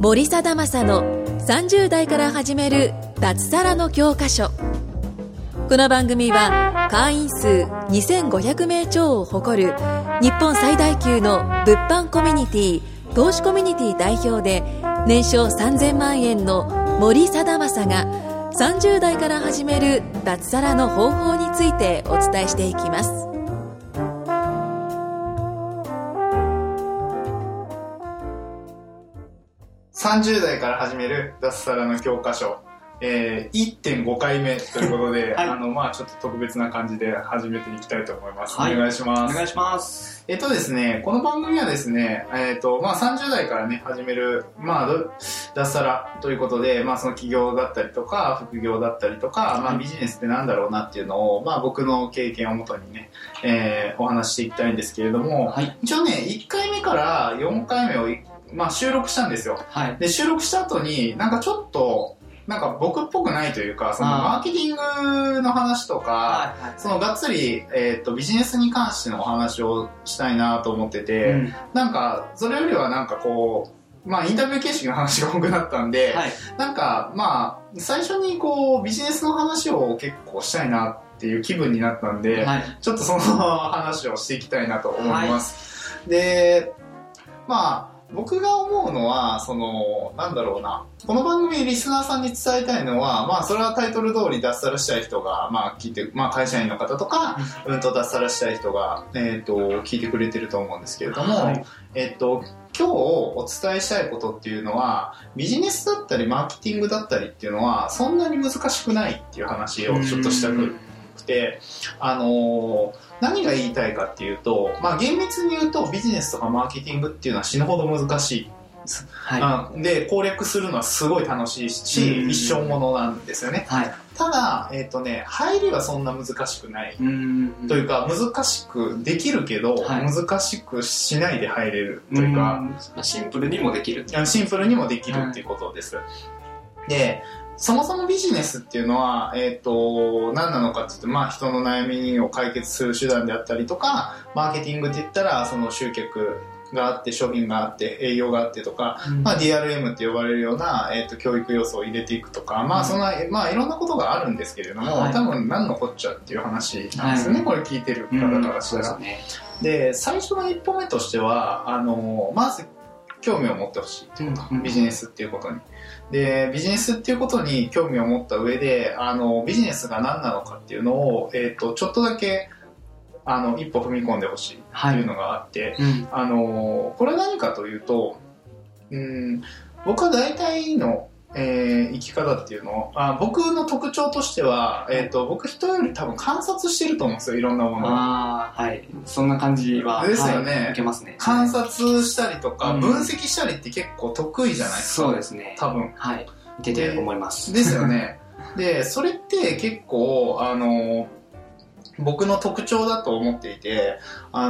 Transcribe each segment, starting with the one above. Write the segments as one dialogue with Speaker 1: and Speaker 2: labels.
Speaker 1: 森貞正の30代から始める脱サラの教科書。この番組は会員数2500名超を誇る日本最大級の物販コミュニティ投資コミュニティ代表で年商3000万円の森貞正が30代から始める脱サラの方法についてお伝えしていきます。
Speaker 2: 30代から始める脱サラの教科書、1.5 回目ということで、はい、ちょっと特別な感じで始めていきたいと思います。はい、お願いします。
Speaker 3: お願いします。
Speaker 2: ですね、この番組はですね、30代からね、始める、脱サラということで、その起業だったりとか、副業だったりとか、ビジネスってなんだろうなっていうのを、僕の経験をもとにね、お話していきたいんですけれども、はい、一応ね、1回目から4回目を収録したんですよ。はい、で、収録した後に、ちょっと、僕っぽくないというか、そのマーケティングの話とか、そのがっつり、ビジネスに関してのお話をしたいなと思ってて、それよりはインタビュー形式の話が多くなったんで、はい、最初にビジネスの話を結構したいなっていう気分になったんで、はい、ちょっとその話をしていきたいなと思います。はい、で、僕が思うのは、この番組リスナーさんに伝えたいのは、それはタイトル通り脱サラしたい人が、聞いて、会社員の方とか、脱サラしたい人が、聞いてくれてると思うんですけれども、はい、今日お伝えしたいことっていうのは、ビジネスだったりマーケティングだったりっていうのは、そんなに難しくないっていう話をちょっとしたくて、何が言いたいかっていうと、厳密に言うとビジネスとかマーケティングっていうのは死ぬほど難しい。はい、で、攻略するのはすごい楽しいし、一生ものなんですよね。はい、ただ、入りはそんな難しくない。というか、難しくできるけど、はい、難しくしないで入れるというか、
Speaker 3: シンプルにもできる。
Speaker 2: シンプルにもできるっていうことです。はい、で、そもそもビジネスっていうのは、何なのかっていうと、人の悩みを解決する手段であったりとか、マーケティングって言ったら、その集客があって、商品があって、営業があってとか、DRM って呼ばれるような、教育要素を入れていくとか、いろんなことがあるんですけれども、はい、多分何のこっちゃっていう話なんですよね、これ聞いてる方からしたら。で、最初の一歩目としては、まず興味を持ってほしいっていうこと、ビジネスっていうことに。で、ビジネスっていうことに興味を持った上で、ビジネスが何なのかっていうのを、ちょっとだけ、一歩踏み込んでほしいっていうのがあって、これは何かというと、僕は大体の、生き方っていうのを、僕の特徴としては、僕人より多分観察してると思うんですよ、いろんなものを。
Speaker 3: はい。そんな感じは。
Speaker 2: ですよね。
Speaker 3: はい、受けますね。
Speaker 2: 観察したりとか、分析したりって結構得意じゃないですか。
Speaker 3: そうですね。
Speaker 2: 多分。
Speaker 3: はい。見てて思います。
Speaker 2: ですよね。で、それって結構、僕の特徴だと思っていて、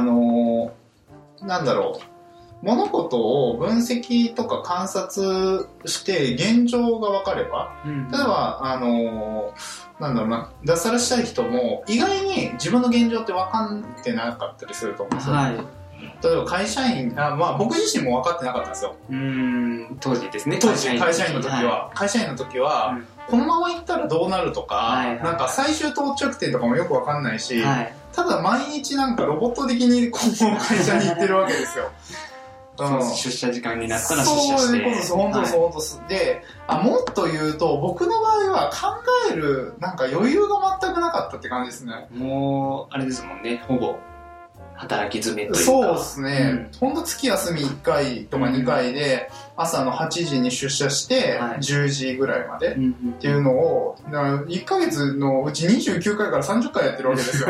Speaker 2: 物事を分析とか観察して現状が分かれば、例えば、脱サラしたい人も意外に自分の現状って分かってなかったりすると思うんですよ。はい、例えば会社員、僕自身も分かってなかったんですよ。
Speaker 3: 当時ですね。
Speaker 2: 当時会社員の時は、はい、会社員の時は、このまま行ったらどうなるとか、最終到着点とかもよく分かんないし、はい、ただ毎日ロボット的に会社に行ってるわけですよ。
Speaker 3: 出社時間になったら出社して。
Speaker 2: 本当です。で、もっと言うと、僕の場合は考える、余裕が全くなかったって感じですね。
Speaker 3: もう、あれですもんね、ほぼ。働き詰めというか。
Speaker 2: そうですね。ほんと月休み1回とか2回で、朝の8時に出社して、10時ぐらいまでっていうのを、1ヶ月のうち29回から30回やってるわけですよ。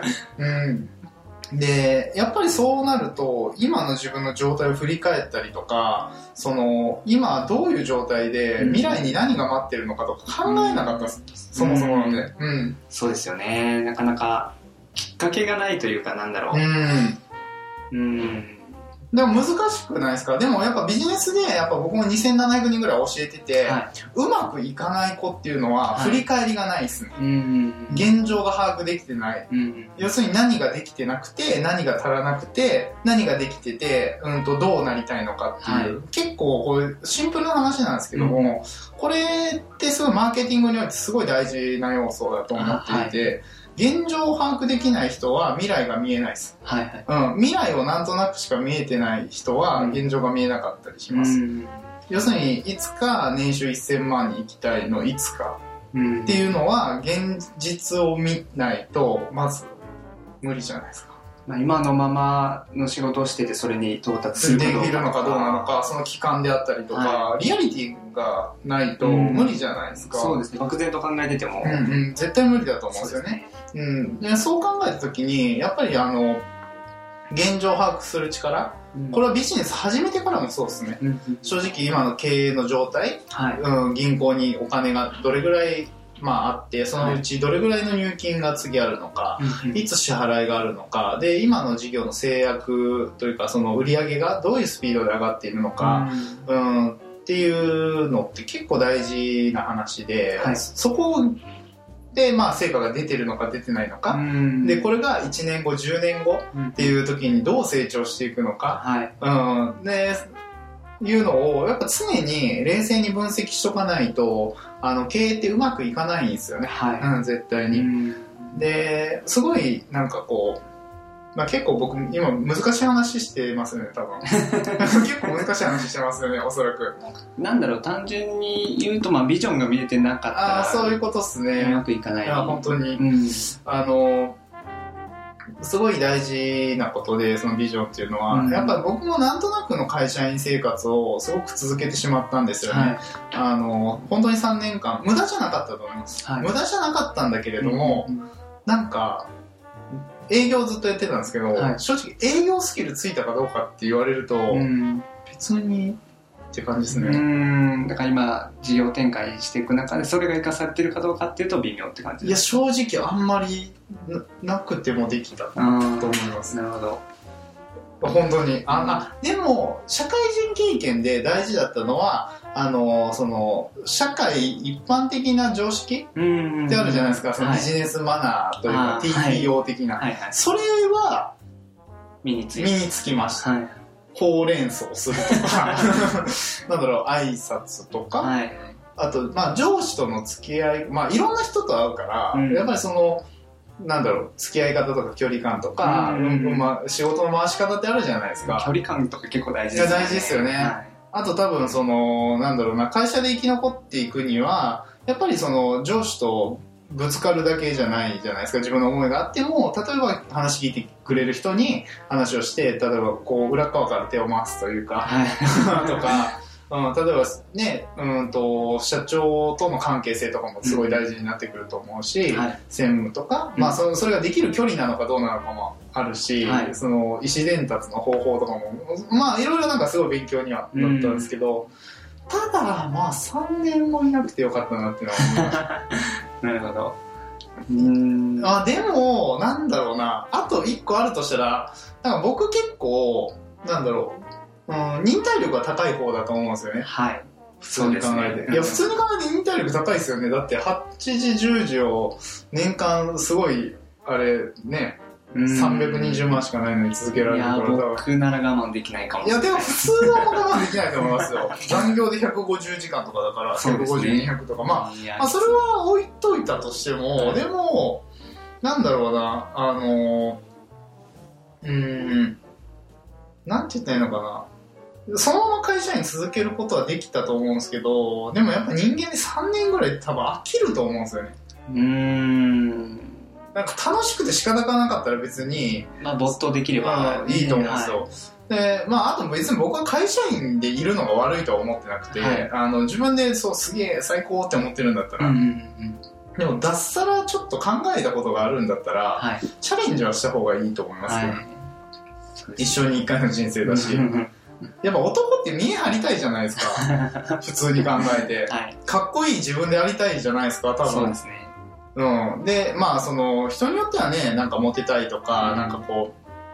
Speaker 2: で、やっぱりそうなると、今の自分の状態を振り返ったりとか、今どういう状態で、未来に何が待ってるのかとか考えなかったです。そもそもなんで。
Speaker 3: そうですよね。なかなかきっかけがないというか、
Speaker 2: でも難しくないですか？でもやっぱビジネスでやっぱ僕も2700人ぐらい教えてて、はい、うまくいかない子っていうのは振り返りがないですね、現状が把握できてない、要するに何ができてなくて何が足らなくて何ができてて、どうなりたいのかっていう、はい、結構こうシンプルな話なんですけども、これってすごいマーケティングにおいてすごい大事な要素だと思っていて、現状を把握できない人は未来が見えないです、はいはい、未来をなんとなくしか見えてない人は現状が見えなかったりします、要するにいつか年収1000万に行きたいのいつかっていうのは現実を見ないとまず無理じゃないですか。
Speaker 3: 今のままの仕事をしててそれに到達する
Speaker 2: できるのかどうなのか、その期間であったりとか、はい、リアリティがないと無理じゃないですか、
Speaker 3: そうですね、漠然と考えてても、
Speaker 2: 絶対無理だと思うんですよね。でそう考えた時にやっぱり現状把握する力、これはビジネス始めてからもそうですね、正直今の経営の状態、はい銀行にお金がどれぐらいあって、そのうちどれぐらいの入金が次あるのか、いつ支払いがあるのかで、今の事業の制約というかその売り上げがどういうスピードで上がっているのか、っていうのって結構大事な話で、はい、そこで成果が出てるのか出てないのか、でこれが1年後10年後っていう時にどう成長していくのか、でいうのをやっぱ常に冷静に分析しとかないと経営ってうまくいかないんですよね、絶対に。ですごいなんかこう、結構僕今難しい話してますね多分結構難しい話してますよねおそらく。
Speaker 3: なんだろう、単純に言うとビジョンが見えてなかったら
Speaker 2: そういうことっすね、
Speaker 3: うまくいかない。
Speaker 2: いや本当に、すごい大事なことで、そのビジョンっていうのは、やっぱり僕もなんとなくの会社員生活をすごく続けてしまったんですよね、本当に3年間無駄じゃなかったと思います、無駄じゃなかったんだけれども、なんか営業ずっとやってたんですけど、正直営業スキルついたかどうかって言われると、別にって感じですね。
Speaker 3: だから今事業展開していく中でそれが生かされてるかどうかっていうと微妙って感じですか？
Speaker 2: いや正直あんまり なくてもできたと思います。
Speaker 3: なるほど。
Speaker 2: 本当にでも社会人経験で大事だったのはその社会一般的な常識ってあるじゃないですか、そのビジネスマナーというか TPO 的な、それは身につきました、ほうれん草するとかなんだろう、挨拶とか、あと上司との付き合い、いろんな人と会うから、やっぱりそのなんだろう、付き合い方とか距離感とか、仕事の回し方ってあるじゃないですか。
Speaker 3: 距離感とか結構大事ですね。
Speaker 2: 大事ですよね、あと多分そのなんだろうな、会社で生き残っていくにはやっぱりその上司とぶつかるだけじゃないじゃないですか。自分の思いがあっても、例えば話聞いてくれる人に話をして、例えばこう裏側から手を回すというか、とか、例えばね、社長との関係性とかもすごい大事になってくると思うし、専務とか、それができる距離なのかどうなのかもあるし、その意思伝達の方法とかもいろいろなんかすごい勉強にはなったんですけど、ただ3年もいなくてよかったなっていうのは思いました
Speaker 3: なるほど。
Speaker 2: でもなんだろうな、あと1個あるとしたら、なんか僕結構なんだろう、忍耐力が高い方だと思うんですよね。普通に考えて、いや普通に考えて忍耐力高いですよね。だって8時10時を年間すごいあれね、320万しかないのに続けられるから。
Speaker 3: いや僕なら我慢できないかもしれない。
Speaker 2: いやでも普通は我慢できないと思いますよ残業で150時間とかだから、150、200とかそれは置いといたとしても、でもなんだろうな、なんて言ったらいいのかな、そのまま会社員続けることはできたと思うんですけど、でもやっぱ人間で3年ぐらい多分飽きると思うんですよね。なんか楽しくて仕方がなかったら別に
Speaker 3: 没頭できれば
Speaker 2: いいと思うんですよ、であと別に僕は会社員でいるのが悪いとは思ってなくて、自分ですげえ最高って思ってるんだったら、でも脱サラちょっと考えたことがあるんだったら、チャレンジはした方がいいと思いますけど、一生に一回の人生だしやっぱ男って見え張りたいじゃないですか普通に考えて、かっこいい自分でありたいじゃないですか多分。
Speaker 3: そうですね。
Speaker 2: でその人によってはね、なんかモテたいとか、なんかこう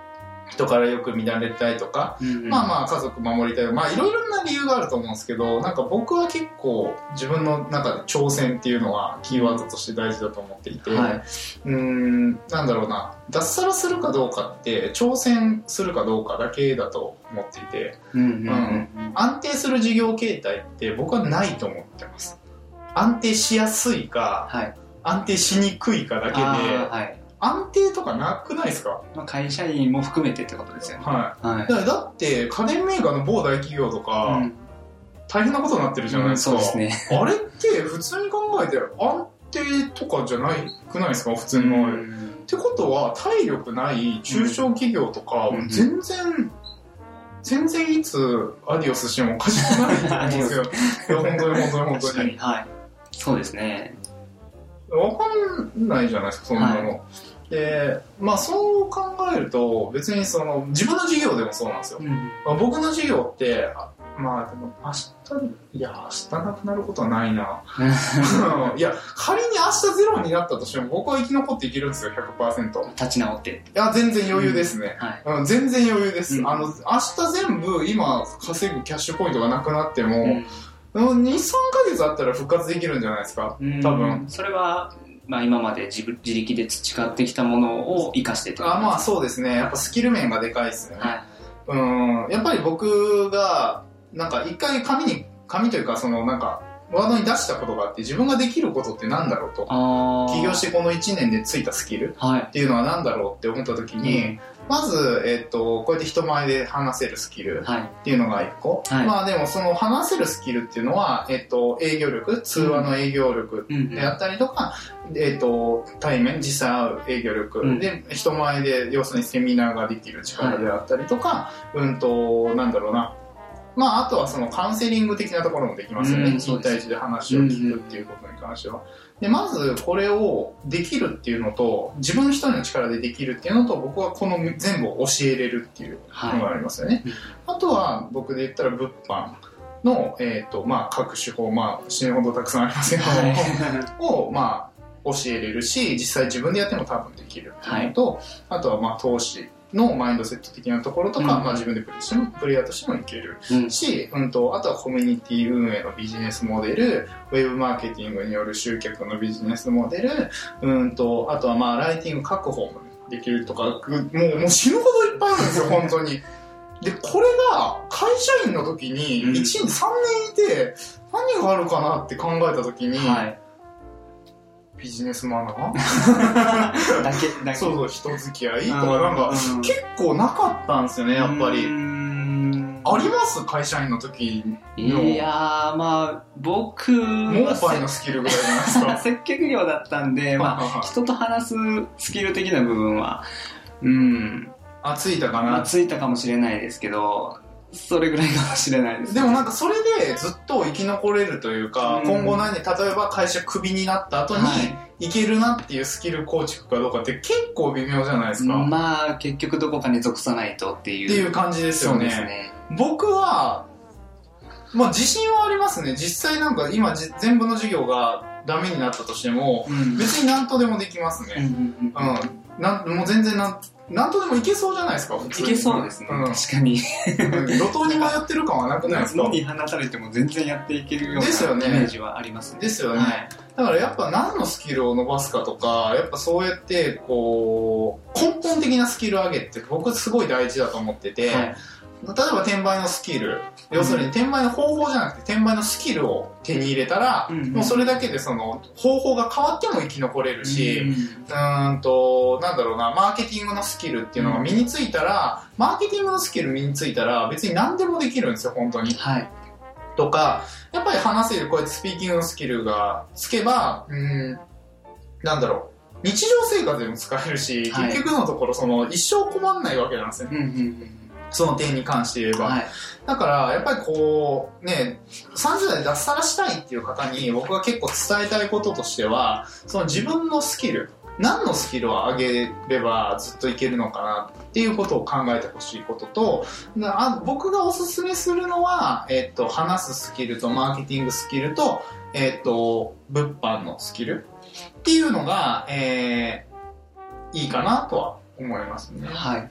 Speaker 2: 人からよく見られたいとか、まあまあ家族守りたい、まあいろいろな理由があると思うんですけど、なんか僕は結構自分の中で挑戦っていうのはキーワードとして大事だと思っていて、なんだろうな、脱サラするかどうかって挑戦するかどうかだけだと思っていて、安定する事業形態って僕はないと思ってます。安定しやすいか、安定しにくいかだけで、安定とかなくないですか？
Speaker 3: 会社員も含めてってことですよね。
Speaker 2: だって家電メーカーの某大企業とか、大変なことになってるじゃないですか。
Speaker 3: そうですね。
Speaker 2: あれって普通に考えて安定とかじゃないくないですか？普通に考える。ってことは体力ない中小企業とか、全然いつアディオスしてもおかしくないと思うんですよ。いや本当に。
Speaker 3: そうですね。
Speaker 2: わかんないじゃないですか、そんなの。で、まあそう考えると、別にその、自分の事業でもそうなんですよ。僕の事業って、まあでも明日なくなることはないな。いや、仮に明日ゼロになったとしても、僕は生き残っていけるんですよ、100%。
Speaker 3: 立ち直って。い
Speaker 2: や、全然余裕ですね。全然余裕です。明日全部今稼ぐキャッシュポイントがなくなっても、2、3ヶ月あったら復活できるんじゃないですか、多分。
Speaker 3: それは、まあ今まで自力で培ってきたものを生かしてってことですか？
Speaker 2: まあそうですね。やっぱスキル面がでかいですよね。やっぱり僕が、なんか一回紙というか、そのなんか、ワードに出したことがあって、自分ができることってなんだろうと。起業してこの1年でついたスキルっていうのはなんだろうって思った時に、まず、こうやって人前で話せるスキルっていうのが1個。まあでもその話せるスキルっていうのは、営業力、通話の営業力であったりとか、対面、実際会う営業力で、人前で要するにセミナーができる力であったりとか、なんだろうな。まあ、あとはそのカウンセリング的なところもできますよね。1対1で話を聞くっていうことに関しては。で、まずこれをできるっていうのと、自分一人の力でできるっていうのと、僕はこの全部を教えれるっていうのがありますよね。あとは僕で言ったら物販の、まあ、各手法、まあ、死ぬほどたくさんありますけども、を、まあ、教えれるし、実際自分でやっても多分できるっていうのと、あとはまあ、投資のマインドセット的なところとか、まあ自分でプレイヤーとしてもいけるし、あとはコミュニティ運営のビジネスモデル、ウェブマーケティングによる集客のビジネスモデル、あとはまあライティング確保もできるとか、もう死ぬほどいっぱいあるんですよ、本当に。で、これが会社員の時に1年3年いて何があるかなって考えた時に、ビジネスマナーだけそう、人付き合いとかなんか結構なかったんですよね、やっぱり。あります会社員の時の。
Speaker 3: いやー、まあ僕は
Speaker 2: モーパイのスキルぐらいじゃないですか。
Speaker 3: 接客業だったんで、まあ人と話すスキル的な部分は
Speaker 2: ついたかな。
Speaker 3: ついたかもしれないですけど、それぐらいかもしれないです、
Speaker 2: ね。でもなんかそれでずっと生き残れるというか、今後例えば会社クビになった後にいけるなっていうスキル構築かどうかって結構微妙じゃないですか。
Speaker 3: まあ結局どこかに属さないとっていう
Speaker 2: 感じですよね。そうですね。僕は、まあ自信はありますね。実際なんか今全部の事業がダメになったとしても、別に何とでもできますね。もう全然なんとでもいけそうじゃないですか。
Speaker 3: いけそうですね、確かに。
Speaker 2: 路頭に迷ってる感はなくないですか？
Speaker 3: 野に放たれても全然やっていけるようなイメージはありますね。
Speaker 2: ですよね。だからやっぱ何のスキルを伸ばすかとか、やっぱそうやってこう根本的なスキル上げって僕すごい大事だと思ってて、例えば転売のスキル、要するに転売の方法じゃなくて転売のスキルを手に入れたら、もうそれだけでその方法が変わっても生き残れるし、なんだろうな、マーケティングのスキルっていうのが身についたら、マーケティングのスキル身についたら別に何でもできるんですよ、本当に。とか、やっぱり話せるこうやってスピーキングのスキルがつけば、なんだろう、日常生活でも使えるし、結局のところその一生困んないわけなんですよ。その点に関して言えば、だからやっぱりこうね、30代で脱サラしたいっていう方に僕が結構伝えたいこととしては、その自分のスキル、何のスキルを上げればずっといけるのかなっていうことを考えてほしいことと、僕がおすすめするのは、話すスキルとマーケティングスキルと、物販のスキルっていうのが、いいかなとは思いますね。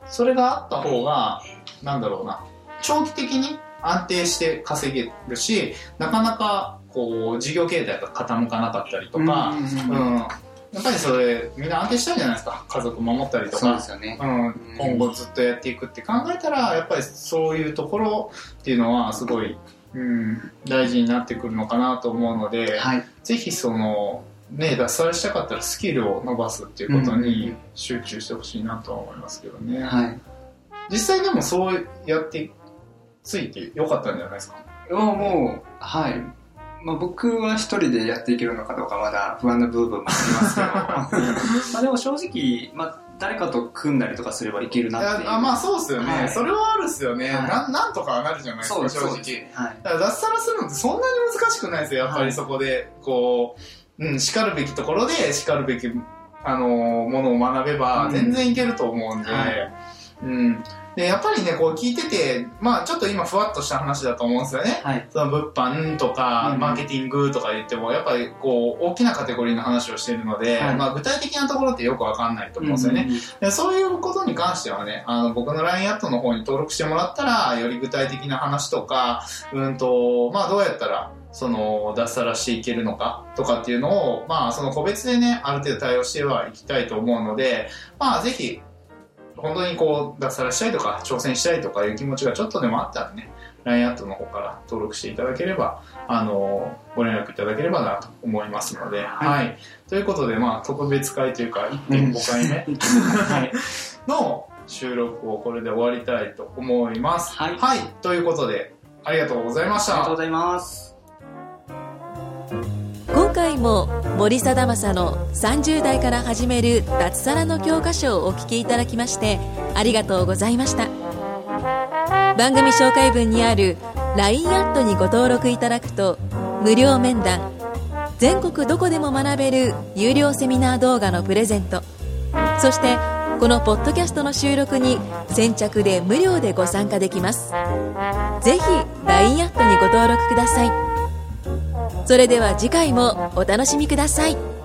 Speaker 2: それがあった方がなんだろうな、長期的に安定して稼げるし、なかなかこう事業形態が傾かなかったりとか、やっぱりそれみんな安定したいじゃないですか。家族守ったりとか、
Speaker 3: そうですよね。
Speaker 2: 今後ずっとやっていくって考えたら、やっぱりそういうところっていうのはすごい、大事になってくるのかなと思うので、はい、ぜひその脱サラしたかったらスキルを伸ばすっていうことに集中してほしいなとは思いますけどね、はい、実際でもそうやってついてよかったんじゃないですか？
Speaker 3: もう、はい、僕は一人でやっていけるのかどうかまだ不安な部分もありますけどでも正直、誰かと組んだりとかすればいけるなっていう。
Speaker 2: そうですよね、はい、それはあるっすよね、はい、なんとかなるじゃないですか、正直、はい、だから脱サラするのってそんなに難しくないですよ、やっぱりそこでこう、しかるべきところでしかるべきものを学べば全然いけると思うんで、でやっぱりね、こう聞いてて、ちょっと今ふわっとした話だと思うんですよね、はい、その物販とかマーケティングとか言ってもやっぱりこう大きなカテゴリーの話をしているので、具体的なところってよくわかんないと思うんですよね、でそういうことに関してはね、僕の LINE アットの方に登録してもらったらより具体的な話とか、どうやったらその脱サラしていけるのかとかっていうのを、その個別でね、ある程度対応してはいきたいと思うので、ぜひ本当にこう脱サラしたいとか挑戦したいとかいう気持ちがちょっとでもあったらね、 LINE アットの方から登録していただければ、ご連絡いただければなと思いますので、はい、ということで、特別会というか 1.5 回目の収録をこれで終わりたいと思います。はい、ということでありがとうございました。
Speaker 3: ありがとうございます。
Speaker 1: 今回も森貞正の30代から始める脱サラの教科書をお聞きいただきましてありがとうございました。番組紹介文にある LINE アットにご登録いただくと無料面談、全国どこでも学べる有料セミナー動画のプレゼント、そしてこのポッドキャストの収録に先着で無料でご参加できます。ぜひ LINE アットにご登録ください。それでは次回もお楽しみください。